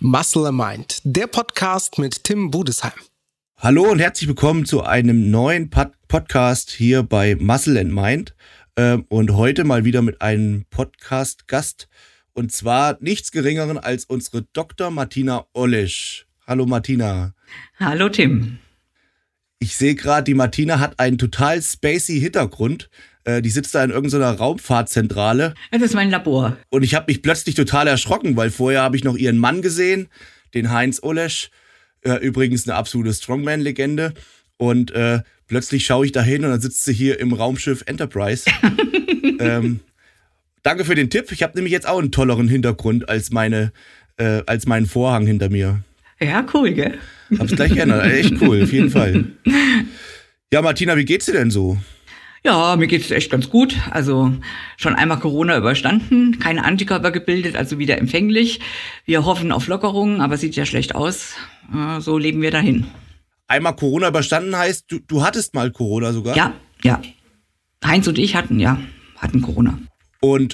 Muscle & Mind, der Podcast mit Tim Budesheim. Hallo und herzlich willkommen zu einem neuen Podcast hier bei Muscle & Mind. Und heute mal wieder mit einem Podcast-Gast. Und zwar nichts Geringeren als unsere Dr. Martina Olesch. Hallo Martina. Hallo Tim. Ich sehe gerade, die Martina hat einen total spacey Hintergrund. Die sitzt da in irgendeiner Raumfahrtzentrale. Das ist mein Labor. Und ich habe mich plötzlich total erschrocken, weil vorher habe ich noch ihren Mann gesehen, den Heinz Olesch. Übrigens eine absolute Strongman-Legende. Und plötzlich schaue ich da hin und dann sitzt sie hier im Raumschiff Enterprise. Danke für den Tipp. Ich habe nämlich jetzt auch einen tolleren Hintergrund als meinen Vorhang hinter mir. Ja, cool, gell? Hab's gleich geändert. Echt cool, auf jeden Fall. Ja, Martina, wie geht's dir denn so? Ja, mir geht's echt ganz gut. Also schon einmal Corona überstanden, keine Antikörper gebildet, also wieder empfänglich. Wir hoffen auf Lockerungen, aber sieht ja schlecht aus. So leben wir dahin. Einmal Corona überstanden heißt, du hattest mal Corona sogar? Ja. Heinz und ich hatten Corona. Und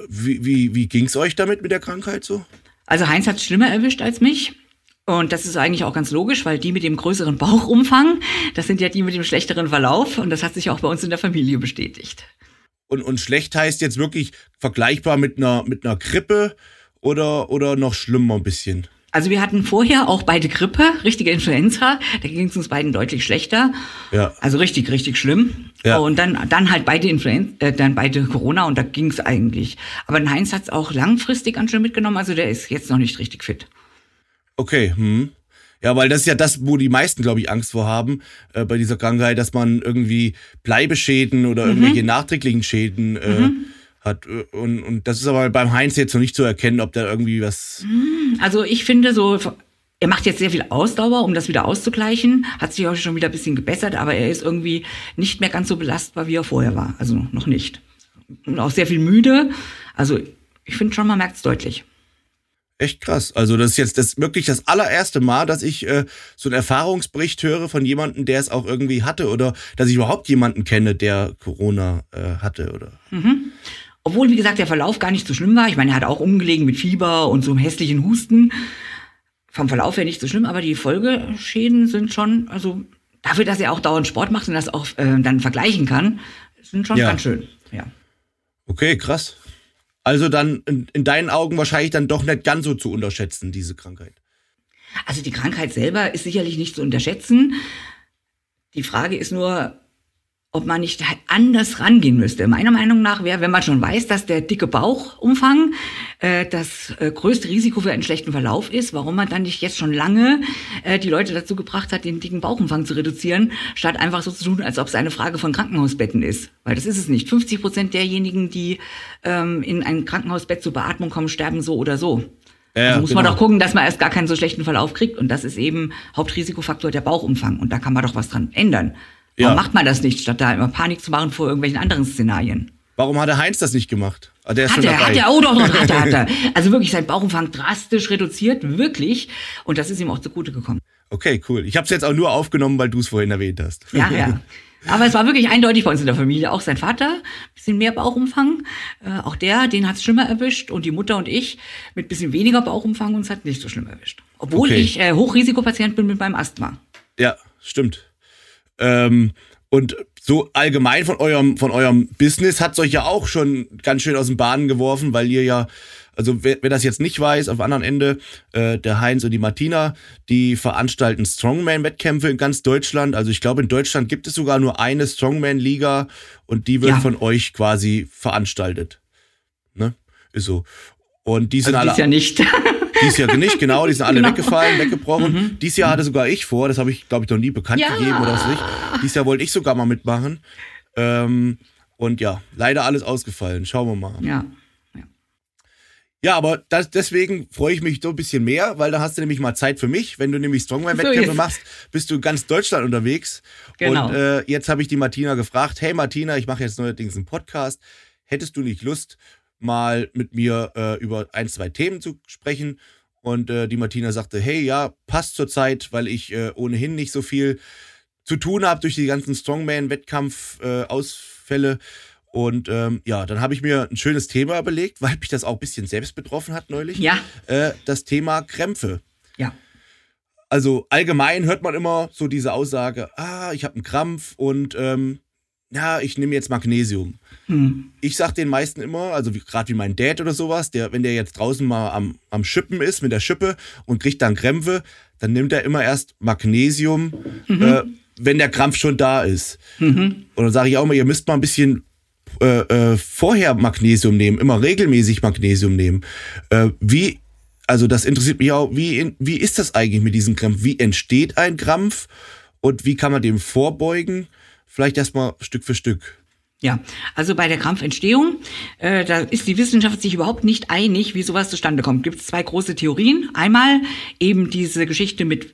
wie ging's euch damit mit der Krankheit so? Also Heinz hat es schlimmer erwischt als mich. Und das ist eigentlich auch ganz logisch, weil die mit dem größeren Bauchumfang, das sind ja die mit dem schlechteren Verlauf. Und das hat sich auch bei uns in der Familie bestätigt. Und schlecht heißt jetzt wirklich vergleichbar mit einer Grippe oder noch schlimmer ein bisschen? Also wir hatten vorher auch beide Grippe, richtige Influenza. Da ging es uns beiden deutlich schlechter. Ja. Also richtig schlimm. Ja. Und dann halt beide Corona und da ging es eigentlich. Aber den Heinz hat es auch langfristig ganz schön mitgenommen. Also der ist jetzt noch nicht richtig fit. Okay, Ja, weil das ist ja das, wo die meisten, glaube ich, Angst vor haben, bei dieser Krankheit, dass man irgendwie Bleibeschäden oder irgendwelche nachträglichen Schäden hat. Und das ist aber beim Heinz jetzt noch nicht zu erkennen, ob da irgendwie was... Also ich finde so, er macht jetzt sehr viel Ausdauer, um das wieder auszugleichen. Hat sich auch schon wieder ein bisschen gebessert, aber er ist irgendwie nicht mehr ganz so belastbar, wie er vorher war. Also noch nicht. Und auch sehr viel müde. Also ich finde schon, man merkt es deutlich. Echt krass. Also das ist jetzt wirklich das allererste Mal, dass ich so einen Erfahrungsbericht höre von jemandem, der es auch irgendwie hatte oder dass ich überhaupt jemanden kenne, der Corona hatte, oder? Obwohl, wie gesagt, der Verlauf gar nicht so schlimm war. Ich meine, er hat auch umgelegen mit Fieber und so einem hässlichen Husten. Vom Verlauf her nicht so schlimm, aber die Folgeschäden sind schon, also dafür, dass er auch dauernd Sport macht und das auch dann vergleichen kann, sind schon ganz schön. Ja. Okay, krass. Also dann in deinen Augen wahrscheinlich dann doch nicht ganz so zu unterschätzen, diese Krankheit. Also die Krankheit selber ist sicherlich nicht zu unterschätzen. Die Frage ist nur, ob man nicht anders rangehen müsste. Meiner Meinung nach wäre, wenn man schon weiß, dass der dicke Bauchumfang das größte Risiko für einen schlechten Verlauf ist, warum man dann nicht jetzt schon lange die Leute dazu gebracht hat, den dicken Bauchumfang zu reduzieren, statt einfach so zu tun, als ob es eine Frage von Krankenhausbetten ist. Weil das ist es nicht. 50% derjenigen, die in ein Krankenhausbett zur Beatmung kommen, sterben so oder so. Ja, also muss man doch gucken, dass man erst gar keinen so schlechten Verlauf kriegt. Und das ist eben Hauptrisikofaktor der Bauchumfang. Und da kann man doch was dran ändern. Warum macht man das nicht, statt da immer Panik zu machen vor irgendwelchen anderen Szenarien? Warum hat der Heinz das nicht gemacht? Der ist hat er. Also wirklich sein Bauchumfang drastisch reduziert, wirklich. Und das ist ihm auch zugute gekommen. Okay, cool. Ich habe es jetzt auch nur aufgenommen, weil du es vorhin erwähnt hast. Ja. Aber es war wirklich eindeutig bei uns in der Familie. Auch sein Vater, bisschen mehr Bauchumfang. Auch den hat es schlimmer erwischt. Und die Mutter und ich mit bisschen weniger Bauchumfang uns hat nicht so schlimm erwischt. Obwohl ich Hochrisikopatient bin mit meinem Asthma. Ja, stimmt. Und so allgemein von eurem Business hat's euch ja auch schon ganz schön aus den Bahnen geworfen, weil ihr ja, also wer das jetzt nicht weiß, auf dem anderen Ende, der Heinz und die Martina, die veranstalten Strongman-Wettkämpfe in ganz Deutschland. Also ich glaube, in Deutschland gibt es sogar nur eine Strongman-Liga und die wird von euch quasi veranstaltet. Ne? Ist so. Und die sind also alle... Dies Jahr nicht. Dies Jahr nicht, genau, die sind alle weggebrochen. Dies Jahr hatte sogar ich vor, das habe ich, glaube ich, noch nie bekannt gegeben oder was nicht. Dies Jahr wollte ich sogar mal mitmachen. Und ja, leider alles ausgefallen. Schauen wir mal. Ja, aber deswegen freue ich mich so ein bisschen mehr, weil da hast du nämlich mal Zeit für mich. Wenn du nämlich Strongman-Wettkämpfe machst, bist du in ganz Deutschland unterwegs. Genau. Und jetzt habe ich die Martina gefragt, hey Martina, ich mache jetzt neuerdings einen Podcast. Hättest du nicht Lust, mal mit mir über 1-2 Themen zu sprechen? Und die Martina sagte, hey, ja, passt zur Zeit, weil ich ohnehin nicht so viel zu tun habe durch die ganzen Strongman-Wettkampf-Ausfälle. Und dann habe ich mir ein schönes Thema überlegt, weil mich das auch ein bisschen selbst betroffen hat neulich. Ja. Das Thema Krämpfe. Ja. Also allgemein hört man immer so diese Aussage, ich habe einen Krampf und ich nehme jetzt Magnesium. Ich sag den meisten immer, also gerade wie mein Dad oder sowas, wenn der jetzt draußen mal am Schippen ist mit der Schippe und kriegt dann Krämpfe, dann nimmt er immer erst Magnesium, wenn der Krampf schon da ist. Und dann sage ich auch immer, ihr müsst mal ein bisschen vorher Magnesium nehmen, immer regelmäßig Magnesium nehmen. Also das interessiert mich auch, wie ist das eigentlich mit diesem Krampf? Wie entsteht ein Krampf und wie kann man dem vorbeugen? Vielleicht erstmal Stück für Stück. Ja, also bei der Krampfentstehung, da ist die Wissenschaft sich überhaupt nicht einig, wie sowas zustande kommt. Gibt es 2 große Theorien. Einmal eben diese Geschichte mit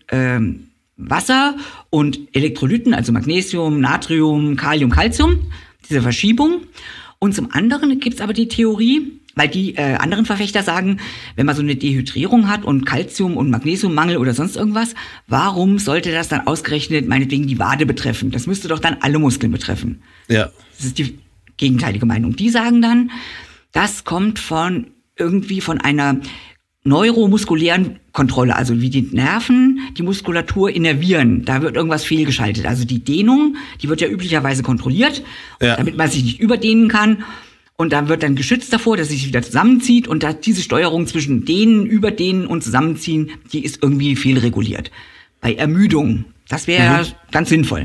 Wasser und Elektrolyten, also Magnesium, Natrium, Kalium, Calcium, diese Verschiebung. Und zum anderen gibt es aber die Theorie, weil die anderen Verfechter sagen, wenn man so eine Dehydrierung hat und Calcium- und Magnesiummangel oder sonst irgendwas, warum sollte das dann ausgerechnet meinetwegen die Wade betreffen? Das müsste doch dann alle Muskeln betreffen. Ja. Das ist die gegenteilige Meinung. Die sagen dann, das kommt von einer neuromuskulären Kontrolle, also wie die Nerven die Muskulatur innervieren. Da wird irgendwas fehlgeschaltet. Also die Dehnung, die wird ja üblicherweise kontrolliert, damit man sich nicht überdehnen kann. Und dann wird dann geschützt davor, dass es sich wieder zusammenzieht. Und diese Steuerung zwischen Dehnen, Überdehnen und Zusammenziehen, die ist irgendwie fehlreguliert. Bei Ermüdung, das wäre ganz sinnvoll.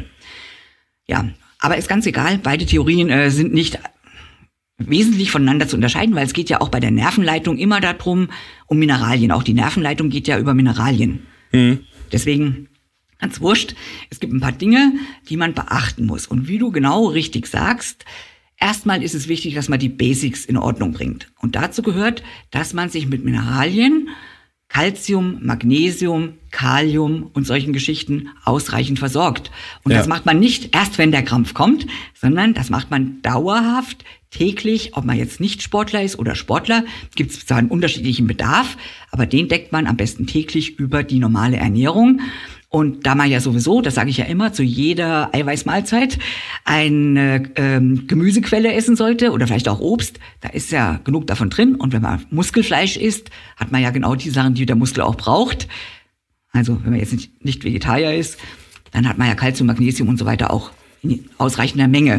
Ja, aber ist ganz egal. Beide Theorien sind nicht wesentlich voneinander zu unterscheiden, weil es geht ja auch bei der Nervenleitung immer darum, um Mineralien. Auch die Nervenleitung geht ja über Mineralien. Deswegen ganz wurscht. Es gibt ein paar Dinge, die man beachten muss. Und wie du genau richtig sagst, erstmal ist es wichtig, dass man die Basics in Ordnung bringt. Und dazu gehört, dass man sich mit Mineralien, Calcium, Magnesium, Kalium und solchen Geschichten ausreichend versorgt. Und das macht man nicht erst, wenn der Krampf kommt, sondern das macht man dauerhaft, täglich, ob man jetzt nicht Sportler ist oder Sportler, gibt es zwar einen unterschiedlichen Bedarf, aber den deckt man am besten täglich über die normale Ernährung. Und da man ja sowieso, das sage ich ja immer, zu jeder Eiweißmahlzeit eine Gemüsequelle essen sollte oder vielleicht auch Obst, da ist ja genug davon drin. Und wenn man Muskelfleisch isst, hat man ja genau die Sachen, die der Muskel auch braucht. Also wenn man jetzt nicht Vegetarier ist, dann hat man ja Calcium, Magnesium und so weiter auch in ausreichender Menge.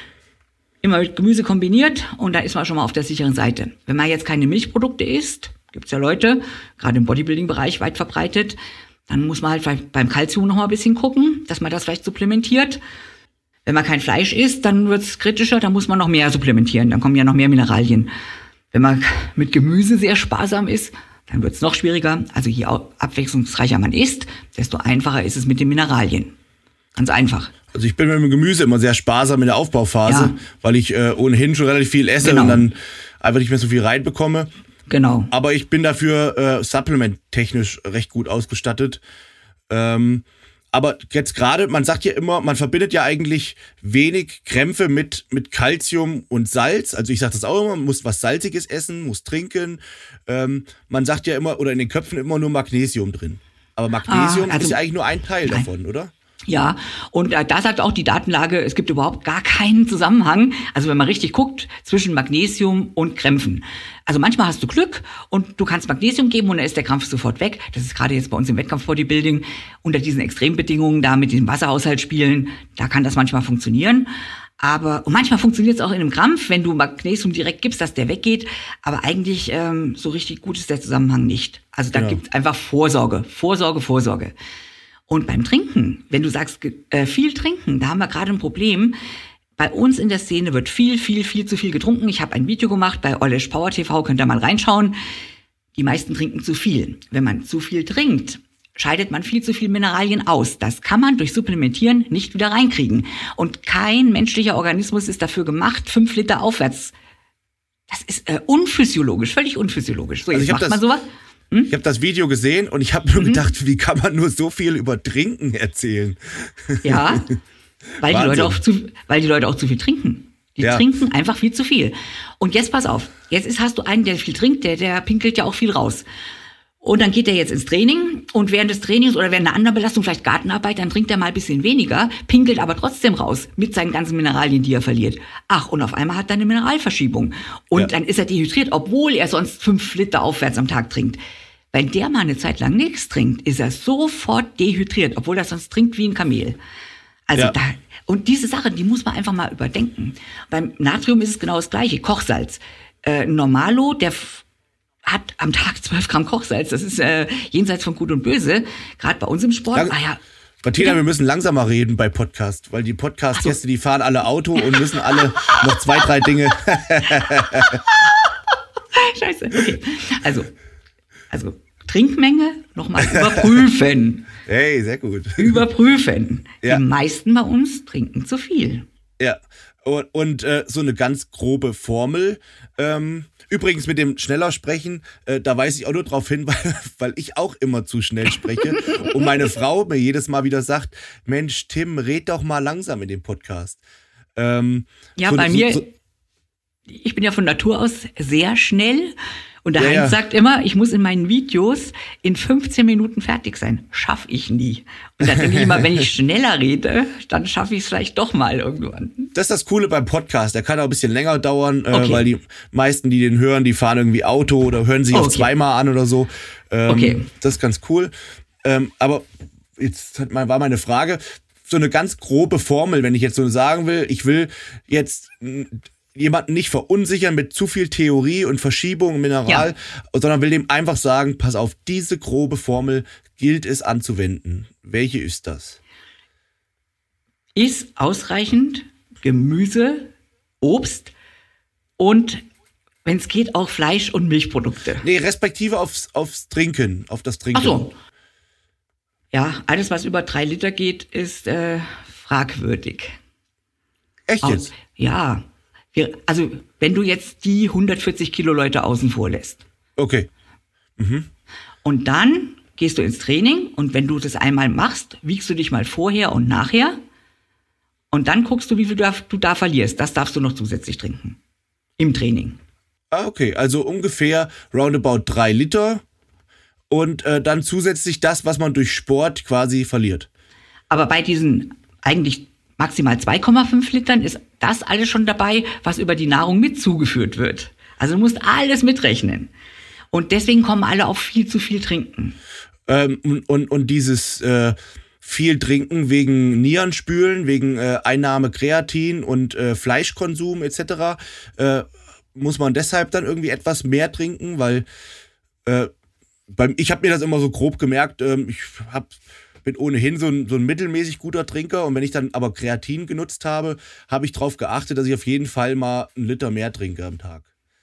Immer mit Gemüse kombiniert und da ist man schon mal auf der sicheren Seite. Wenn man jetzt keine Milchprodukte isst, gibt es ja Leute, gerade im Bodybuilding-Bereich weit verbreitet, dann muss man halt vielleicht beim Calcium noch mal ein bisschen gucken, dass man das vielleicht supplementiert. Wenn man kein Fleisch isst, dann wird es kritischer, dann muss man noch mehr supplementieren, dann kommen ja noch mehr Mineralien. Wenn man mit Gemüse sehr sparsam ist, dann wird es noch schwieriger. Also je abwechslungsreicher man isst, desto einfacher ist es mit den Mineralien. Ganz einfach. Also ich bin mit dem Gemüse immer sehr sparsam in der Aufbauphase, weil ich ohnehin schon relativ viel esse und dann einfach nicht mehr so viel reinbekomme. Genau. Aber ich bin dafür supplement-technisch recht gut ausgestattet. Aber jetzt gerade, man sagt ja immer, man verbindet ja eigentlich wenig Krämpfe mit Calcium und Salz. Also ich sage das auch immer, man muss was Salziges essen, muss trinken. Man sagt ja immer, oder in den Köpfen immer nur Magnesium drin. Aber Magnesium ist ja eigentlich nur ein Teil davon, oder? Ja, und da sagt auch die Datenlage, es gibt überhaupt gar keinen Zusammenhang, also wenn man richtig guckt, zwischen Magnesium und Krämpfen. Also manchmal hast du Glück und du kannst Magnesium geben und dann ist der Krampf sofort weg. Das ist gerade jetzt bei uns im Wettkampf-Bodybuilding unter diesen Extrembedingungen, da mit dem Wasserhaushalt spielen, da kann das manchmal funktionieren. Und manchmal funktioniert es auch in einem Krampf, wenn du Magnesium direkt gibst, dass der weggeht. Aber eigentlich so richtig gut ist der Zusammenhang nicht. Also da gibt es einfach Vorsorge. Und beim Trinken, wenn du sagst, viel trinken, da haben wir gerade ein Problem. Bei uns in der Szene wird viel zu viel getrunken. Ich habe ein Video gemacht bei Olesch Power TV, könnt ihr mal reinschauen. Die meisten trinken zu viel. Wenn man zu viel trinkt, scheidet man viel zu viel Mineralien aus. Das kann man durch Supplementieren nicht wieder reinkriegen. Und kein menschlicher Organismus ist dafür gemacht, 5 Liter aufwärts. Das ist unphysiologisch, völlig unphysiologisch. So, jetzt macht man sowas. Ich habe das Video gesehen und ich habe nur gedacht, wie kann man nur so viel über Trinken erzählen? Ja, weil die Leute auch zu viel trinken. Die trinken einfach viel zu viel. Und jetzt pass auf, hast du einen, der viel trinkt, der pinkelt ja auch viel raus. Und dann geht er jetzt ins Training und während des Trainings oder während einer anderen Belastung, vielleicht Gartenarbeit, dann trinkt er mal ein bisschen weniger, pinkelt aber trotzdem raus mit seinen ganzen Mineralien, die er verliert. Ach, und auf einmal hat er eine Mineralverschiebung. Und dann ist er dehydriert, obwohl er sonst 5 Liter aufwärts am Tag trinkt. Wenn der mal eine Zeit lang nichts trinkt, ist er sofort dehydriert, obwohl er sonst trinkt wie ein Kamel. Also und diese Sache, die muss man einfach mal überdenken. Beim Natrium ist es genau das Gleiche, Kochsalz. Normalo, der hat am Tag 12 Gramm Kochsalz. Das ist jenseits von Gut und Böse. Gerade bei uns im Sport. Martina, wir müssen langsamer reden bei Podcast, weil die Podcast-Gäste, die fahren alle Auto und müssen alle noch 2, 3 Dinge. Scheiße. Okay. Also Trinkmenge nochmal überprüfen. Hey, sehr gut. Überprüfen. Ja. Die meisten bei uns trinken zu viel. Ja. Und so eine ganz grobe Formel. Übrigens mit dem schneller sprechen, da weise ich auch nur drauf hin, weil ich auch immer zu schnell spreche. Und meine Frau mir jedes Mal wieder sagt, Mensch, Tim, red doch mal langsam in dem Podcast. Ich bin ja von Natur aus sehr schnell. Und der Heinz sagt immer, ich muss in meinen Videos in 15 Minuten fertig sein. Schaff ich nie. Und da denke ich immer, wenn ich schneller rede, dann schaffe ich es vielleicht doch mal irgendwann. Das ist das Coole beim Podcast. Der kann auch ein bisschen länger dauern, weil die meisten, die den hören, die fahren irgendwie Auto oder hören sich auch zweimal an oder so. Das ist ganz cool. Aber jetzt war meine Frage, so eine ganz grobe Formel, wenn ich jetzt so sagen will, ich will jetzt jemanden nicht verunsichern mit zu viel Theorie und Verschiebung und Mineral, sondern will dem einfach sagen, pass auf, diese grobe Formel gilt es anzuwenden. Welche ist das? Ist ausreichend Gemüse, Obst und, wenn es geht, auch Fleisch und Milchprodukte. Nee, respektive aufs Trinken, auf das Trinken. Ach so. Ja, alles, was über 3 Liter geht, ist fragwürdig. Echt jetzt? Ja. Also, wenn du jetzt die 140 Kilo Leute außen vor lässt. Okay. Mhm. Und dann gehst du ins Training und wenn du das einmal machst, wiegst du dich mal vorher und nachher und dann guckst du, wie viel du da verlierst. Das darfst du noch zusätzlich trinken. Im Training. Ah, okay. Also ungefähr roundabout 3 Liter und dann zusätzlich das, was man durch Sport quasi verliert. Aber bei diesen eigentlich maximal 2,5 Litern ist das alles schon dabei, was über die Nahrung mit zugeführt wird. Also du musst alles mitrechnen. Und deswegen kommen alle auf viel zu viel Trinken. Und dieses viel Trinken wegen Nierenspülen, wegen Einnahme Kreatin und Fleischkonsum etc. Muss man deshalb dann irgendwie etwas mehr trinken? Weil ich habe mir das immer so grob gemerkt, bin ohnehin so ein mittelmäßig guter Trinker und wenn ich dann aber Kreatin genutzt habe, habe ich darauf geachtet, dass ich auf jeden Fall mal 1 Liter mehr trinke am Tag.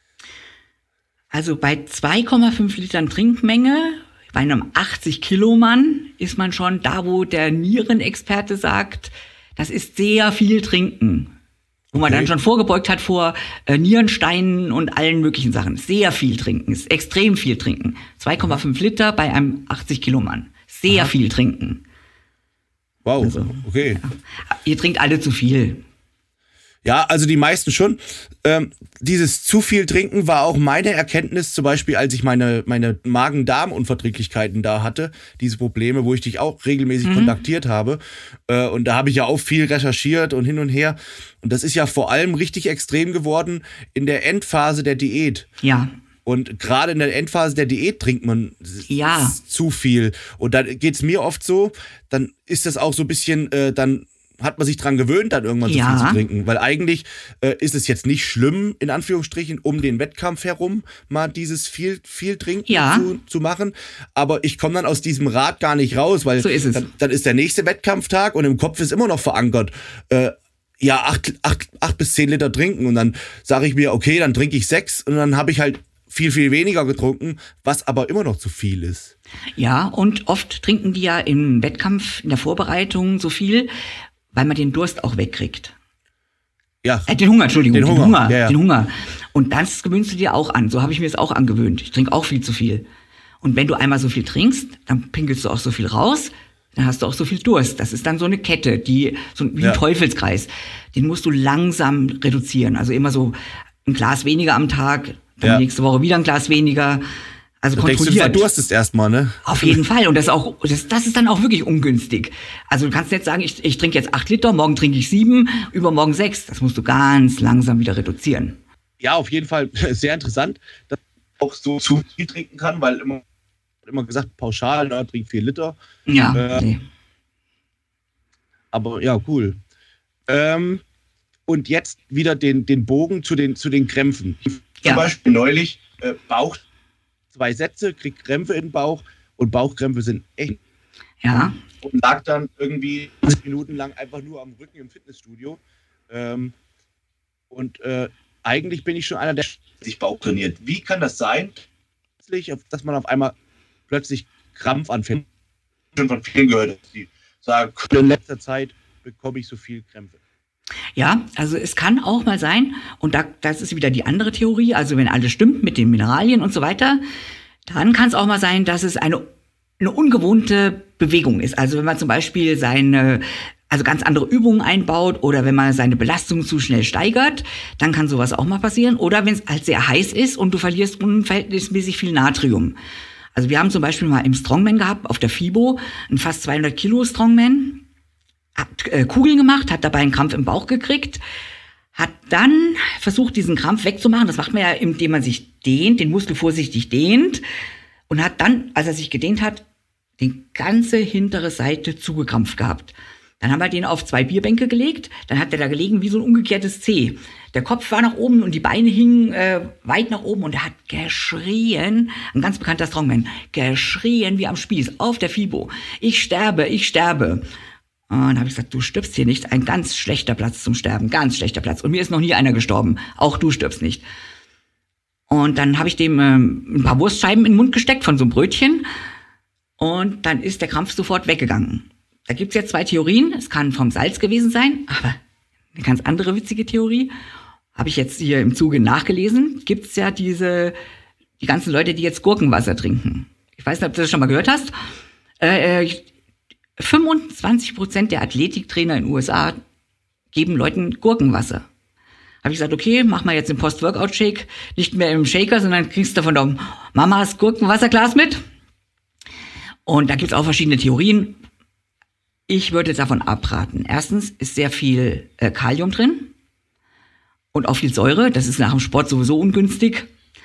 Also bei 2,5 Litern Trinkmenge, bei einem 80-Kilo-Mann ist man schon da, wo der Nierenexperte sagt, das ist sehr viel Trinken. Wo man dann schon vorgebeugt hat vor Nierensteinen und allen möglichen Sachen. Sehr viel trinken, ist extrem viel trinken. 2,5 Liter bei einem 80-Kilo-Mann. Sehr viel trinken. Wow, also, okay. Ja. Ihr trinkt alle zu viel. Ja, also die meisten schon. Dieses zu viel Trinken war auch meine Erkenntnis, zum Beispiel, als ich meine Magen-Darm-Unverträglichkeiten da hatte, diese Probleme, wo ich dich auch regelmäßig kontaktiert habe. Und da habe ich ja auch viel recherchiert und hin und her. Und das ist ja vor allem richtig extrem geworden in der Endphase der Diät. Ja. Und gerade in der Endphase der Diät trinkt man zu viel. Und da geht's mir oft so, dann ist das auch so ein bisschen, dann hat man sich dran gewöhnt, dann irgendwann so viel zu trinken. Weil eigentlich ist es jetzt nicht schlimm, in Anführungsstrichen, um den Wettkampf herum mal dieses viel Trinken zu machen. Aber ich komme dann aus diesem Rad gar nicht raus, weil so ist es. Dann ist der nächste Wettkampftag und im Kopf ist immer noch verankert, 8 bis 10 Liter trinken. Und dann sage ich mir, okay, dann trinke ich 6 und dann habe ich halt viel, viel weniger getrunken, was aber immer noch zu viel ist. Ja, und oft trinken die ja im Wettkampf, in der Vorbereitung so viel, weil man den Durst auch wegkriegt. Ja. Den Hunger, Entschuldigung. Den Hunger. Ja. Den Hunger. Und das gewöhnst du dir auch an. So habe ich mir es auch angewöhnt. Ich trinke auch viel zu viel. Und wenn du einmal so viel trinkst, dann pinkelst du auch so viel raus, dann hast du auch so viel Durst. Das ist dann so eine Kette, wie ein Teufelskreis. Den musst du langsam reduzieren. Also immer so ein Glas weniger am Tag, dann nächste Woche wieder ein Glas weniger. Also Da denkst du, du kontrolliert. verdurstest erstmal, ne? Auf jeden Fall. Und das ist dann auch wirklich ungünstig. Also du kannst nicht sagen, ich trinke jetzt 8 Liter, morgen trinke ich 7, übermorgen 6. Das musst du ganz langsam wieder reduzieren. Ja, auf jeden Fall sehr interessant, dass man auch so zu viel trinken kann, weil immer gesagt, pauschal, ne, trink 4 Liter. Ja, nee. Aber ja, cool. Und jetzt wieder den Bogen zu den Krämpfen. Ja. Zum Beispiel neulich Bauch, 2 Sätze, krieg Krämpfe in den Bauch und Bauchkrämpfe sind echt. Ja, Und lag dann irgendwie 20 Minuten lang einfach nur am Rücken im Fitnessstudio. Eigentlich bin ich schon einer, der sich Bauch trainiert. Wie kann das sein, dass man auf einmal plötzlich Krampf anfängt? Schon von vielen gehört, die sagen, in letzter Zeit bekomme ich so viel Krämpfe. ja, also es kann auch mal sein, und das ist wieder die andere Theorie, also wenn alles stimmt mit den Mineralien und so weiter, dann kann es auch mal sein, dass es eine ungewohnte Bewegung ist. Also wenn man zum Beispiel also ganz andere Übungen einbaut oder wenn man seine Belastung zu schnell steigert, dann kann sowas auch mal passieren. Oder wenn es halt sehr heiß ist und du verlierst unverhältnismäßig viel Natrium. Also wir haben zum Beispiel mal im Strongman gehabt, auf der FIBO, einen fast 200 Kilo Strongman, hat Kugeln gemacht, hat dabei einen Krampf im Bauch gekriegt, hat dann versucht, diesen Krampf wegzumachen. Das macht man ja, indem man sich dehnt, den Muskel vorsichtig dehnt und hat dann, als er sich gedehnt hat, die ganze hintere Seite zugekrampft gehabt. Dann haben wir den auf 2 Bierbänke gelegt, dann hat er da gelegen wie so ein umgekehrtes C. Der Kopf war nach oben und die Beine hingen weit nach oben und er hat geschrien, ein ganz bekannter Strongman, geschrien wie am Spieß auf der FIBO. Ich sterbe, ich sterbe. Und dann habe ich gesagt, du stirbst hier nicht, ein ganz schlechter Platz zum Sterben, ganz schlechter Platz. Und mir ist noch nie einer gestorben, auch du stirbst nicht. Und dann habe ich dem ein paar Wurstscheiben in den Mund gesteckt von so einem Brötchen und dann ist der Krampf sofort weggegangen. Da gibt's jetzt 2 Theorien. Es kann vom Salz gewesen sein, aber eine ganz andere witzige Theorie. Habe ich jetzt hier im Zuge nachgelesen. Gibt's ja die ganzen Leute, die jetzt Gurkenwasser trinken. Ich weiß nicht, ob du das schon mal gehört hast. 25% der Athletiktrainer in den USA geben Leuten Gurkenwasser. Habe ich gesagt, okay, mach mal jetzt den Post-Workout-Shake. Nicht mehr im Shaker, sondern kriegst du von der Mamas Gurkenwasserglas mit. Und da gibt's auch verschiedene Theorien. Ich würde davon abraten. Erstens ist sehr viel Kalium drin und auch viel Säure. Das ist nach dem Sport sowieso ungünstig.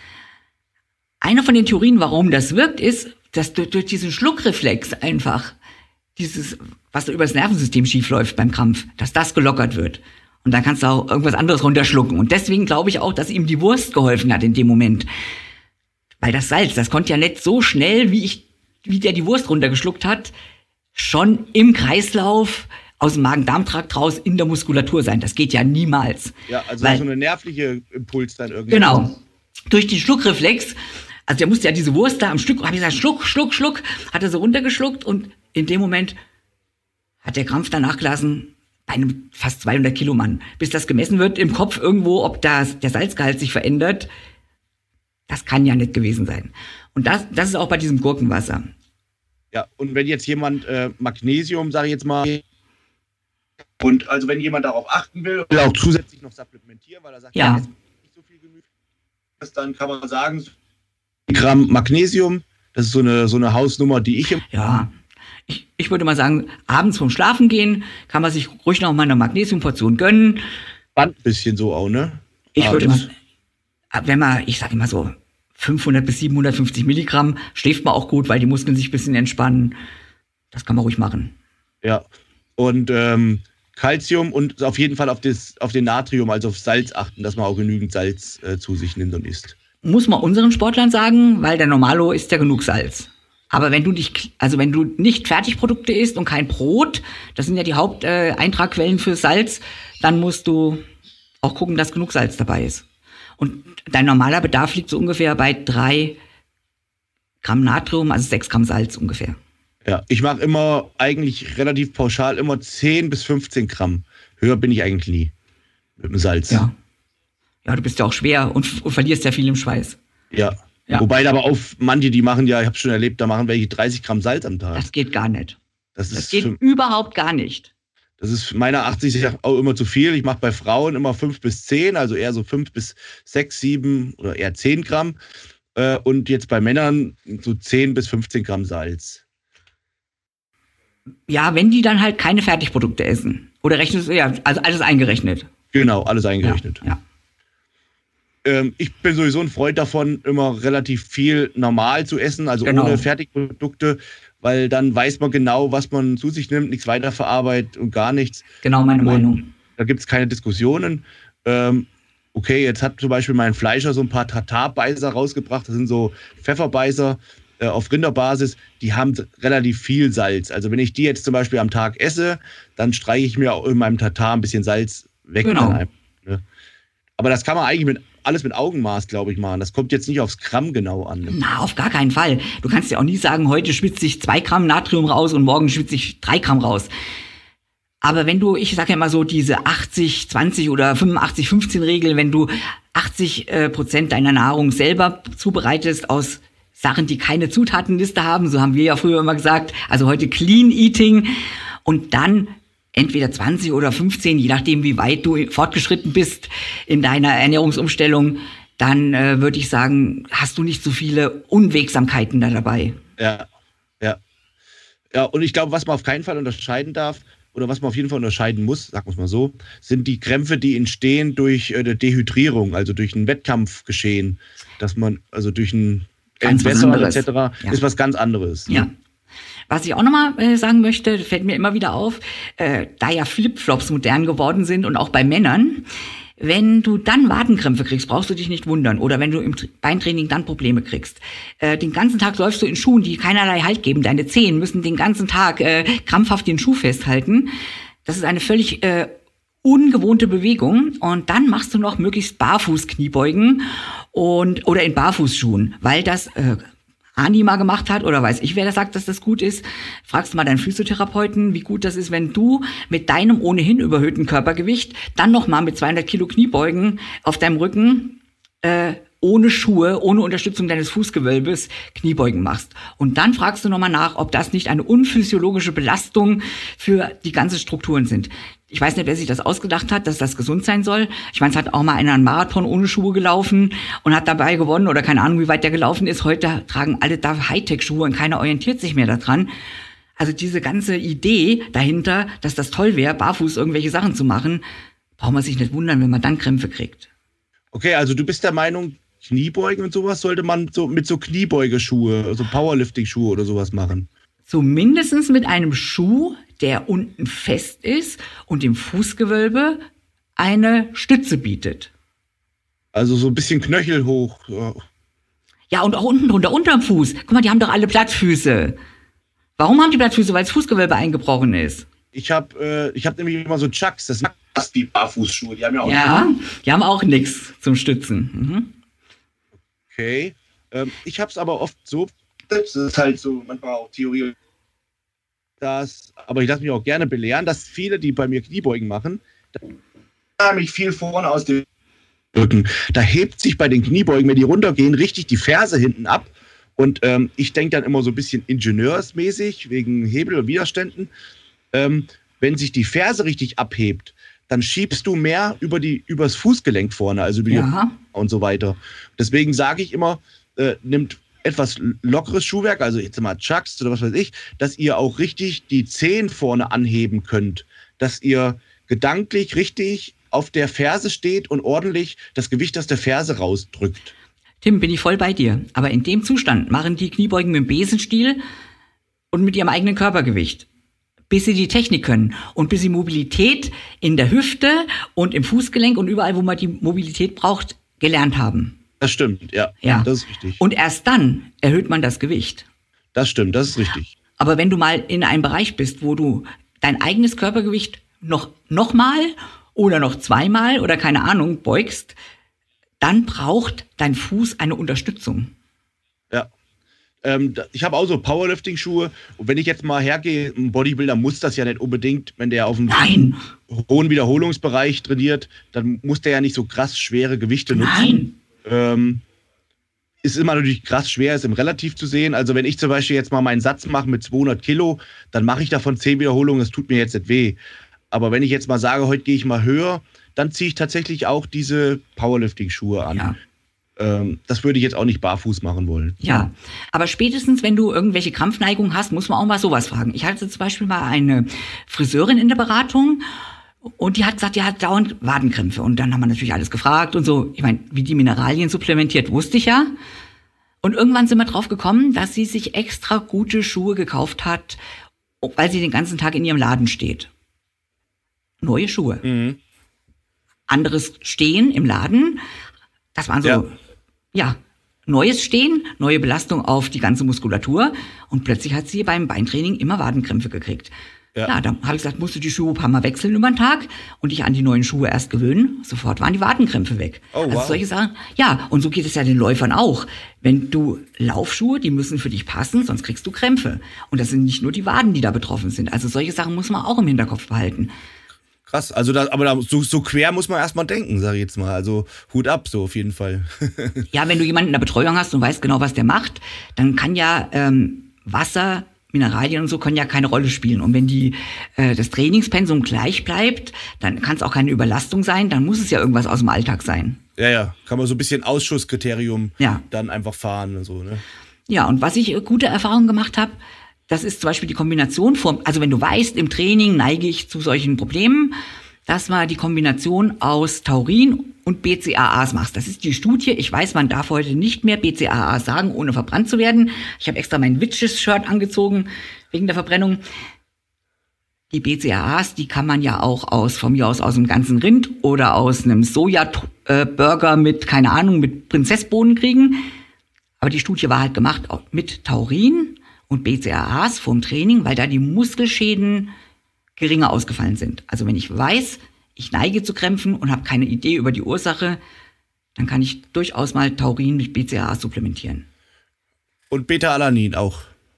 Eine von den Theorien, warum das wirkt, ist, dass durch diesen Schluckreflex einfach was da über das Nervensystem schiefläuft beim Krampf, dass das gelockert wird. Und dann kannst du auch irgendwas anderes runterschlucken. Und deswegen glaube ich auch, dass ihm die Wurst geholfen hat in dem Moment. Weil das Salz, das konnte ja nicht so schnell, wie der die Wurst runtergeschluckt hat, schon im Kreislauf aus dem Magen-Darm-Trakt raus in der Muskulatur sein. Das geht ja niemals. Ja, also Weil, so eine nervliche Impuls dann irgendwie. genau. Durch den Schluckreflex, also der musste ja diese Wurst da am Stück, habe ich gesagt, Schluck, Schluck, Schluck, hat er so runtergeschluckt und in dem Moment hat der Krampf dann nachgelassen bei einem fast 200 Kilo Mann. Bis das gemessen wird im Kopf irgendwo, ob der Salzgehalt sich verändert, das kann ja nicht gewesen sein. Und das ist auch bei diesem Gurkenwasser. Ja, und wenn jetzt jemand Magnesium, sage ich jetzt mal, und also wenn jemand darauf achten will auch zusätzlich noch supplementieren, weil er sagt, Ja. ist nicht so viel Gemüse, dann kann man sagen, Gramm Magnesium, das ist so eine Hausnummer, die ich Ja, ich würde mal sagen, abends vorm Schlafen gehen kann man sich ruhig noch mal eine Magnesiumportion gönnen. ein bisschen so auch, ne? Ich würde das- mal, ich sage immer so, 500 bis 750 Milligramm schläft man auch gut, weil die Muskeln sich ein bisschen entspannen. Das kann man ruhig machen. Ja, und Calcium und auf jeden Fall auf den Natrium, also auf Salz achten, dass man auch genügend Salz zu sich nimmt und isst. Muss man unseren Sportlern sagen, weil der Normalo isst ja genug Salz. Aber wenn du nicht Fertigprodukte isst und kein Brot, das sind ja die Haupteintragquellen für Salz, dann musst du auch gucken, dass genug Salz dabei ist. Und dein normaler Bedarf liegt so ungefähr bei 3 Gramm Natrium, also 6 Gramm Salz ungefähr. Ja, ich mache immer eigentlich relativ pauschal immer 10 bis 15 Gramm. Höher bin ich eigentlich nie mit dem Salz. Ja. Ja, du bist ja auch schwer und verlierst ja viel im Schweiß. Ja. Ja. Wobei aber auch manche, die machen ja, ich habe schon erlebt, da machen welche 30 Gramm Salz am Tag. Das geht gar nicht. Das Das geht überhaupt gar nicht. Das ist meiner 80 auch immer zu viel. Ich mache bei Frauen immer 5 bis 10, also eher so 5 bis 6, 7 oder eher 10 Gramm. Und jetzt bei Männern so 10 bis 15 Gramm Salz. Ja, wenn die dann halt keine Fertigprodukte essen. Oder rechnest du, ja, also alles eingerechnet. Genau, alles eingerechnet. Ja. Ich bin sowieso ein Freund davon, immer relativ viel normal zu essen, also Genau. ohne Fertigprodukte, weil dann weiß man genau, was man zu sich nimmt, nichts weiterverarbeitet und gar nichts. Genau meine Meinung. Da gibt es keine Diskussionen. Okay, jetzt hat zum Beispiel mein Fleischer so ein paar Tartarbeißer rausgebracht, das sind so Pfefferbeißer auf Rinderbasis, die haben relativ viel Salz. Also wenn ich die jetzt zum Beispiel am Tag esse, dann streiche ich mir auch in meinem Tatar ein bisschen Salz weg. Genau. Dann einfach, ne? Aber das kann man eigentlich alles mit Augenmaß, glaube ich, machen. Das kommt jetzt nicht aufs Gramm genau an. Na, auf gar keinen Fall. Du kannst ja auch nie sagen, heute schwitze ich 2 Gramm Natrium raus und morgen schwitze ich 3 Gramm raus. Aber wenn du, ich sage ja immer so, diese 80-20 oder 85-15-Regel, wenn du 80% deiner Nahrung selber zubereitest aus Sachen, die keine Zutatenliste haben, so haben wir ja früher immer gesagt, also heute Clean Eating und dann entweder 20 oder 15, je nachdem, wie weit du fortgeschritten bist in deiner Ernährungsumstellung, dann würde ich sagen, hast du nicht so viele Unwegsamkeiten da dabei. Ja. Und ich glaube, was man auf keinen Fall unterscheiden darf, oder was man auf jeden Fall unterscheiden muss, sagen wir es mal so, sind die Krämpfe, die entstehen durch eine Dehydrierung, also durch ein Wettkampfgeschehen, dass man, also durch ein Entwässern etc., ist was ganz anderes. Ja. Was ich auch nochmal sagen möchte, fällt mir immer wieder auf, da ja Flipflops modern geworden sind und auch bei Männern, wenn du dann Wadenkrämpfe kriegst, brauchst du dich nicht wundern. Oder wenn du im Beintraining dann Probleme kriegst. Den ganzen Tag läufst du in Schuhen, die keinerlei Halt geben. Deine Zehen müssen den ganzen Tag krampfhaft den Schuh festhalten. Das ist eine völlig ungewohnte Bewegung. Und dann machst du noch möglichst Barfuß-Kniebeugen oder in Barfußschuhen, weil das Ani mal gemacht hat oder weiß ich, wer da sagt, dass das gut ist. Fragst du mal deinen Physiotherapeuten, wie gut das ist, wenn du mit deinem ohnehin überhöhten Körpergewicht dann nochmal mit 200 Kilo Kniebeugen auf deinem Rücken ohne Schuhe, ohne Unterstützung deines Fußgewölbes Kniebeugen machst. Und dann fragst du nochmal nach, ob das nicht eine unphysiologische Belastung für die ganzen Strukturen sind. Ich weiß nicht, wer sich das ausgedacht hat, dass das gesund sein soll. Ich meine, es hat auch mal einer einen Marathon ohne Schuhe gelaufen und hat dabei gewonnen oder keine Ahnung, wie weit der gelaufen ist. Heute tragen alle da Hightech-Schuhe und keiner orientiert sich mehr daran. Also diese ganze Idee dahinter, dass das toll wäre, barfuß irgendwelche Sachen zu machen, braucht man sich nicht wundern, wenn man dann Krämpfe kriegt. Okay, also du bist der Meinung, Kniebeugen und sowas sollte man so mit so Kniebeugeschuhe, also Powerlifting-Schuhe oder sowas machen? Zumindest mit einem Schuh, der unten fest ist und dem Fußgewölbe eine Stütze bietet. Also so ein bisschen Knöchel hoch. Ja, und auch unten drunter, unterm Fuß. Guck mal, die haben doch alle Plattfüße. Warum haben die Plattfüße? Weil das Fußgewölbe eingebrochen ist. Ich hab nämlich immer so Chucks, das sind die Barfußschuhe, die haben ja auch... Ja, die haben auch nichts zum Stützen. Mhm. Okay. Ich hab's aber oft so, das ist halt so manchmal auch Theorie, aber ich lasse mich auch gerne belehren, dass viele, die bei mir Kniebeugen machen, da habe ich viel vorne aus dem Rücken. Da hebt sich bei den Kniebeugen, wenn die runtergehen, richtig die Ferse hinten ab. Und ich denke dann immer so ein bisschen ingenieursmäßig, wegen Hebel und Widerständen. Wenn sich die Ferse richtig abhebt, dann schiebst du mehr übers Fußgelenk vorne, also über die und so weiter. Deswegen sage ich immer, nimmt etwas lockeres Schuhwerk, also jetzt mal Chucks oder was weiß ich, dass ihr auch richtig die Zehen vorne anheben könnt, dass ihr gedanklich richtig auf der Ferse steht und ordentlich das Gewicht aus der Ferse rausdrückt. Tim, bin ich voll bei dir. Aber in dem Zustand machen die Kniebeugen mit dem Besenstiel und mit ihrem eigenen Körpergewicht, bis sie die Technik können und bis sie Mobilität in der Hüfte und im Fußgelenk und überall, wo man die Mobilität braucht, gelernt haben. Das stimmt, ja. Das ist richtig. Und erst dann erhöht man das Gewicht. Das stimmt, das ist richtig. Aber wenn du mal in einem Bereich bist, wo du dein eigenes Körpergewicht noch mal oder noch zweimal oder keine Ahnung beugst, dann braucht dein Fuß eine Unterstützung. Ja. Ich habe auch so Powerlifting-Schuhe. Und wenn ich jetzt mal hergehe, ein Bodybuilder muss das ja nicht unbedingt, wenn der auf dem hohen Wiederholungsbereich trainiert, dann muss der ja nicht so krass schwere Gewichte nutzen. Ist immer natürlich krass schwer, ist im Relativ zu sehen. Also wenn ich zum Beispiel jetzt mal meinen Satz mache mit 200 Kilo, dann mache ich davon 10 Wiederholungen, das tut mir jetzt nicht weh. Aber wenn ich jetzt mal sage, heute gehe ich mal höher, dann ziehe ich tatsächlich auch diese Powerlifting-Schuhe an. Das würde ich jetzt auch nicht barfuß machen wollen. Ja, aber spätestens, wenn du irgendwelche Krampfneigungen hast, muss man auch mal sowas fragen. Ich hatte zum Beispiel mal eine Friseurin in der Beratung und die hat gesagt, die hat dauernd Wadenkrämpfe. Und dann haben wir natürlich alles gefragt und so. Ich meine, wie die Mineralien supplementiert, wusste ich ja. Und irgendwann sind wir drauf gekommen, dass sie sich extra gute Schuhe gekauft hat, weil sie den ganzen Tag in ihrem Laden steht. Neue Schuhe. Mhm. Anderes Stehen im Laden. Das waren so, neues Stehen, neue Belastung auf die ganze Muskulatur. Und plötzlich hat sie beim Beintraining immer Wadenkrämpfe gekriegt. Ja, dann habe ich gesagt, musst du die Schuhe ein paar Mal wechseln über den Tag und dich an die neuen Schuhe erst gewöhnen. Sofort waren die Wadenkrämpfe weg. Oh, wow. Also solche Sachen. Ja, und so geht es ja den Läufern auch. Wenn du Laufschuhe, die müssen für dich passen, sonst kriegst du Krämpfe. Und das sind nicht nur die Waden, die da betroffen sind. Also solche Sachen muss man auch im Hinterkopf behalten. Krass, also so quer muss man erstmal denken, sag ich jetzt mal. Also Hut ab, so auf jeden Fall. Ja, wenn du jemanden in der Betreuung hast und weißt genau, was der macht, dann kann ja Wasser, Mineralien und so können ja keine Rolle spielen. Und wenn das Trainingspensum gleich bleibt, dann kann es auch keine Überlastung sein, dann muss es ja irgendwas aus dem Alltag sein. Ja, kann man so ein bisschen Ausschusskriterium dann einfach fahren und so, ne? Ja, und was ich gute Erfahrungen gemacht habe, das ist zum Beispiel die Kombination also wenn du weißt, im Training neige ich zu solchen Problemen, dass man die Kombination aus Taurin und BCAAs machst. Das ist die Studie. Ich weiß, man darf heute nicht mehr BCAAs sagen, ohne verbrannt zu werden. Ich habe extra mein Witches-Shirt angezogen, wegen der Verbrennung. Die BCAAs, die kann man ja auch von mir aus einem ganzen Rind oder aus einem Soja-Burger mit Prinzessbohnen kriegen. Aber die Studie war halt gemacht mit Taurin und BCAAs vom Training, weil da die Muskelschäden geringer ausgefallen sind. Also wenn ich weiß, ich neige zu Krämpfen und habe keine Idee über die Ursache, dann kann ich durchaus mal Taurin mit BCAAs supplementieren. Und Beta-Alanin auch.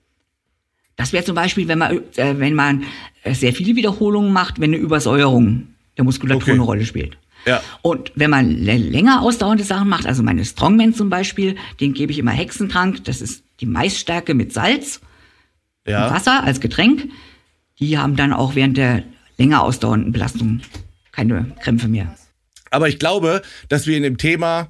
Das wäre zum Beispiel, wenn man sehr viele Wiederholungen macht, wenn eine Übersäuerung der Muskulatur eine Rolle spielt. Ja. Und wenn man länger ausdauernde Sachen macht, also meine Strongmen zum Beispiel, den gebe ich immer Hexentrank, das ist die Maisstärke mit Salz und Wasser als Getränk. Die haben dann auch während der länger ausdauernden Belastung keine Krämpfe mehr. Aber ich glaube, dass wir in dem Thema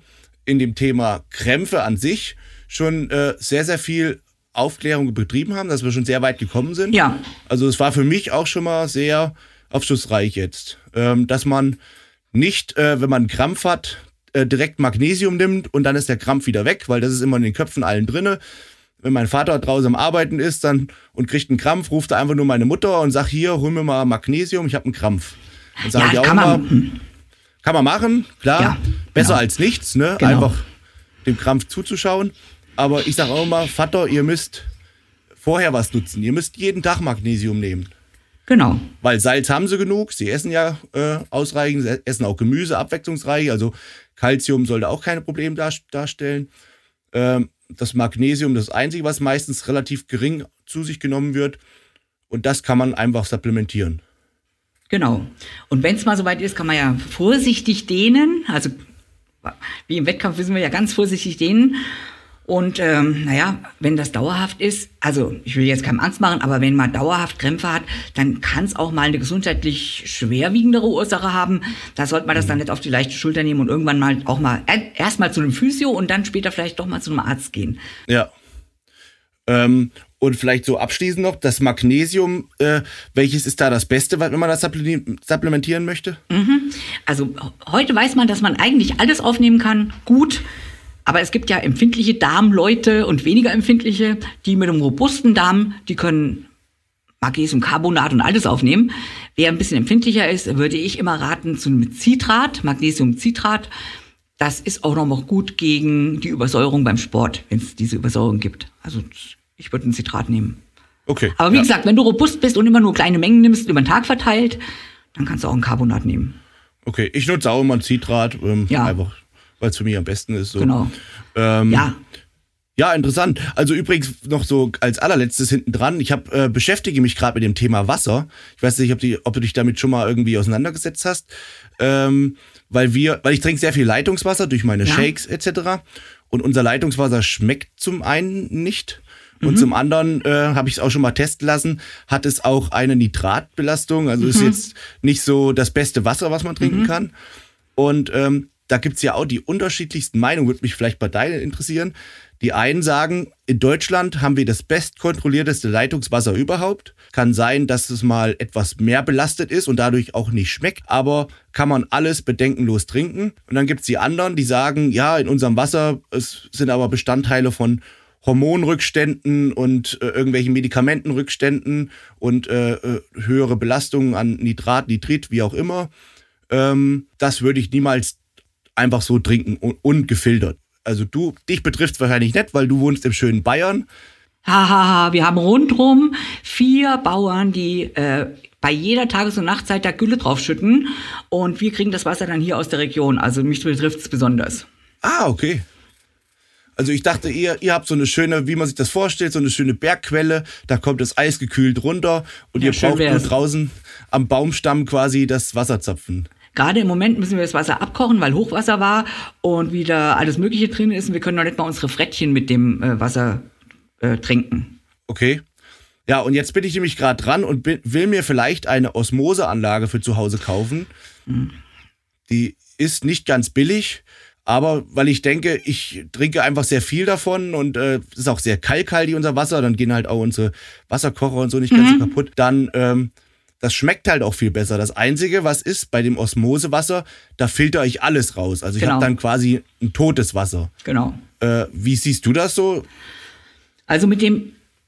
Krämpfe an sich schon sehr, sehr viel Aufklärung betrieben haben, dass wir schon sehr weit gekommen sind. Ja. Also es war für mich auch schon mal sehr aufschlussreich jetzt, dass man nicht, wenn man einen Krampf hat, direkt Magnesium nimmt und dann ist der Krampf wieder weg, weil das ist immer in den Köpfen allen drinne. Wenn mein Vater draußen am Arbeiten ist und kriegt einen Krampf, ruft er einfach nur meine Mutter und sagt, hier, hol mir mal Magnesium, ich habe einen Krampf. Dann sage ich auch kann man machen, klar, Ja, besser als nichts, ne? Genau. Einfach dem Krampf zuzuschauen. Aber ich sage auch immer, Vater, ihr müsst vorher was nutzen. Ihr müsst jeden Tag Magnesium nehmen. Genau. Weil Salz haben sie genug, sie essen ja ausreichend, sie essen auch Gemüse, abwechslungsreich, also Calcium sollte auch keine Probleme darstellen. Das Magnesium, das Einzige, was meistens relativ gering zu sich genommen wird. Und das kann man einfach supplementieren. Genau. Und wenn es mal soweit ist, kann man ja vorsichtig dehnen. Also wie im Wettkampf wissen wir ja ganz vorsichtig dehnen. Und wenn das dauerhaft ist, also ich will jetzt keinem Angst machen, aber wenn man dauerhaft Krämpfe hat, dann kann es auch mal eine gesundheitlich schwerwiegendere Ursache haben. Da sollte man das dann nicht auf die leichte Schulter nehmen und irgendwann mal auch mal erst mal zu einem Physio und dann später vielleicht doch mal zu einem Arzt gehen. Ja. Und vielleicht so abschließend noch, das Magnesium, welches ist da das Beste, wenn man das supplementieren möchte? Also heute weiß man, dass man eigentlich alles aufnehmen kann, gut. Aber es gibt ja empfindliche Darmleute und weniger empfindliche, die mit einem robusten Darm, die können Magnesiumcarbonat und alles aufnehmen. Wer ein bisschen empfindlicher ist, würde ich immer raten zu einem Citrat, Magnesiumcitrat. Das ist auch nochmal gut gegen die Übersäuerung beim Sport, wenn es diese Übersäuerung gibt. Also ich würde ein Citrat nehmen. Okay. Aber wie gesagt, wenn du robust bist und immer nur kleine Mengen nimmst, über den Tag verteilt, dann kannst du auch ein Carbonat nehmen. Okay, ich nutze auch immer ein Citrat, einfach weil es für mich am besten ist. So. Genau. Ja, interessant. Also übrigens noch so als allerletztes hinten dran, ich beschäftige mich gerade mit dem Thema Wasser. Ich weiß nicht, ob du dich damit schon mal irgendwie auseinandergesetzt hast. Weil ich trinke sehr viel Leitungswasser durch meine Shakes etc. Und unser Leitungswasser schmeckt zum einen nicht. Und zum anderen habe ich es auch schon mal testen lassen, hat es auch eine Nitratbelastung. Also ist jetzt nicht so das beste Wasser, was man trinken kann. Und da gibt es ja auch die unterschiedlichsten Meinungen, würde mich vielleicht bei deinen interessieren. Die einen sagen, in Deutschland haben wir das bestkontrollierteste Leitungswasser überhaupt. Kann sein, dass es mal etwas mehr belastet ist und dadurch auch nicht schmeckt, aber kann man alles bedenkenlos trinken. Und dann gibt es die anderen, die sagen, ja, in unserem Wasser es sind aber Bestandteile von Hormonrückständen und irgendwelchen Medikamentenrückständen und höhere Belastungen an Nitrat, Nitrit, wie auch immer. Das würde ich niemals einfach so trinken, ungefiltert. Also dich betrifft es wahrscheinlich nicht, weil du wohnst im schönen Bayern. Hahaha, wir haben rundrum 4 Bauern, die bei jeder Tages- und Nachtzeit da Gülle draufschütten und wir kriegen das Wasser dann hier aus der Region. Also mich betrifft es besonders. Ah, okay. Also ich dachte, ihr habt so eine schöne, wie man sich das vorstellt, so eine schöne Bergquelle, da kommt das Eis gekühlt runter und ihr braucht nur draußen am Baumstamm quasi das Wasser zapfen. Gerade im Moment müssen wir das Wasser abkochen, weil Hochwasser war und wieder alles Mögliche drin ist. Und wir können noch nicht mal unsere Frettchen mit dem Wasser trinken. Okay. Ja, und jetzt bin ich nämlich gerade dran und will mir vielleicht eine Osmoseanlage für zu Hause kaufen. Die ist nicht ganz billig, aber weil ich denke, ich trinke einfach sehr viel davon und es ist auch sehr kalkhaltig unser Wasser, dann gehen halt auch unsere Wasserkocher und so nicht ganz so kaputt. Dann das schmeckt halt auch viel besser. Das Einzige, was ist bei dem Osmosewasser, da filtere ich alles raus. Also ich habe dann quasi ein totes Wasser. Genau. Wie siehst du das so? Also mit dem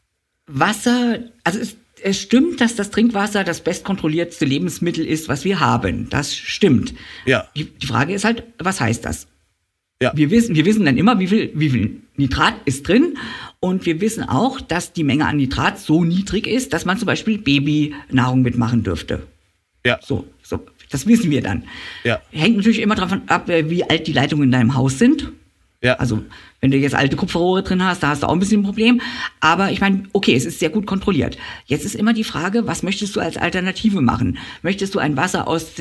Wasser, also es stimmt, dass das Trinkwasser das bestkontrollierteste Lebensmittel ist, was wir haben. Das stimmt. Ja. Die Frage ist halt, was heißt das? Ja. Wir wissen dann immer, wie viel Nitrat ist drin. Und wir wissen auch, dass die Menge an Nitrat so niedrig ist, dass man zum Beispiel Babynahrung mitmachen dürfte. Ja. So, das wissen wir dann. Ja. Hängt natürlich immer davon ab, wie alt die Leitungen in deinem Haus sind. Ja. Also, wenn du jetzt alte Kupferrohre drin hast, da hast du auch ein bisschen ein Problem. Aber ich meine, okay, es ist sehr gut kontrolliert. Jetzt ist immer die Frage, was möchtest du als Alternative machen? Möchtest du ein Wasser aus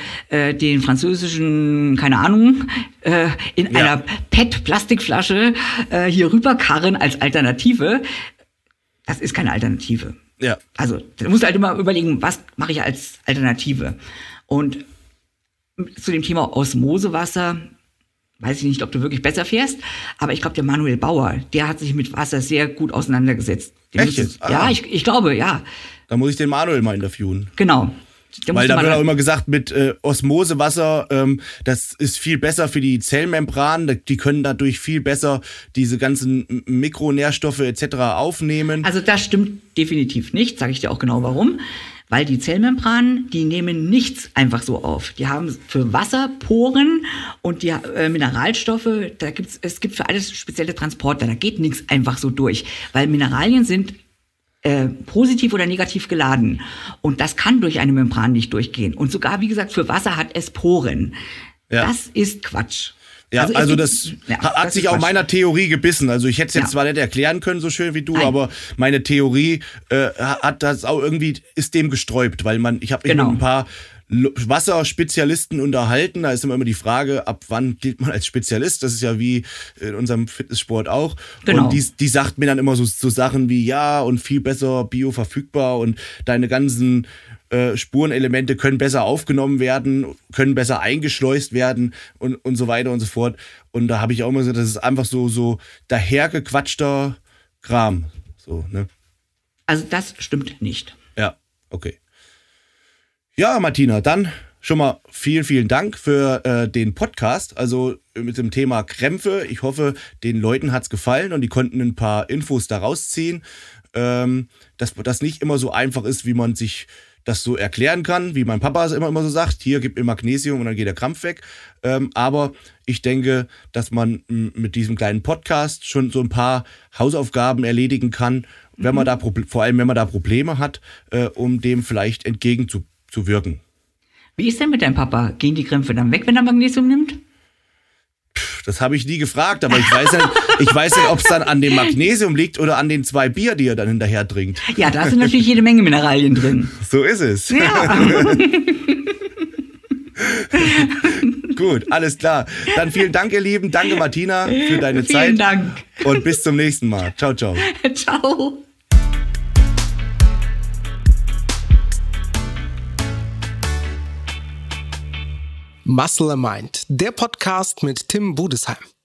den französischen, keine Ahnung, in einer PET-Plastikflasche hier rüberkarren als Alternative? Das ist keine Alternative. Ja. Also, du musst halt immer überlegen, was mache ich als Alternative? Und zu dem Thema Osmosewasser, weiß ich nicht, ob du wirklich besser fährst, aber ich glaube, der Manuel Bauer, der hat sich mit Wasser sehr gut auseinandergesetzt. Echt jetzt? Ja, ich glaube, ja. Da muss ich den Manuel mal interviewen. Genau. Weil da wird auch immer gesagt, mit Osmosewasser, das ist viel besser für die Zellmembran, die können dadurch viel besser diese ganzen Mikronährstoffe etc. aufnehmen. Also das stimmt definitiv nicht, sage ich dir auch genau warum. Weil die Zellmembranen, die nehmen nichts einfach so auf. Die haben für Wasser Poren und die Mineralstoffe, es gibt für alles spezielle Transporter, da geht nichts einfach so durch. Weil Mineralien sind positiv oder negativ geladen. Und das kann durch eine Membran nicht durchgehen. Und sogar, wie gesagt, für Wasser hat es Poren. Ja. Das ist Quatsch. Ja, also das hat sich auch meiner Theorie gebissen. Also ich hätte es jetzt zwar nicht erklären können, so schön wie du, aber meine Theorie hat das auch irgendwie, ist dem gesträubt, weil ich habe mich mit ein paar Wasserspezialisten unterhalten. Da ist immer die Frage, ab wann gilt man als Spezialist? Das ist ja wie in unserem Fitnesssport auch. Genau. Und die sagt mir dann immer so Sachen wie, ja, und viel besser bioverfügbar und deine ganzen Spurenelemente können besser aufgenommen werden, können besser eingeschleust werden und so weiter und so fort. Und da habe ich auch immer gesagt, das ist einfach so dahergequatschter Kram. So, ne? Also das stimmt nicht. Ja, okay. Ja, Martina, dann schon mal vielen, vielen Dank für den Podcast. Also mit dem Thema Krämpfe. Ich hoffe, den Leuten hat's gefallen und die konnten ein paar Infos daraus ziehen. Dass das nicht immer so einfach ist, wie man sich das so erklären kann, wie mein Papa es immer so sagt, hier gib mir Magnesium und dann geht der Krampf weg. Aber ich denke, dass man mit diesem kleinen Podcast schon so ein paar Hausaufgaben erledigen kann, wenn man da vor allem wenn man da Probleme hat, um dem vielleicht entgegenzuwirken. Wie ist denn mit deinem Papa? Gehen die Krämpfe dann weg, wenn er Magnesium nimmt? Das habe ich nie gefragt, aber ich weiß nicht, ob es dann an dem Magnesium liegt oder an den 2 Bier, die er dann hinterher trinkt. Ja, da sind natürlich jede Menge Mineralien drin. So ist es. Ja. Gut, alles klar. Dann vielen Dank, ihr Lieben. Danke, Martina, für deine Zeit. Vielen Dank. Und bis zum nächsten Mal. Ciao, ciao. Ciao. Muscle a Mind, der Podcast mit Tim Budesheim.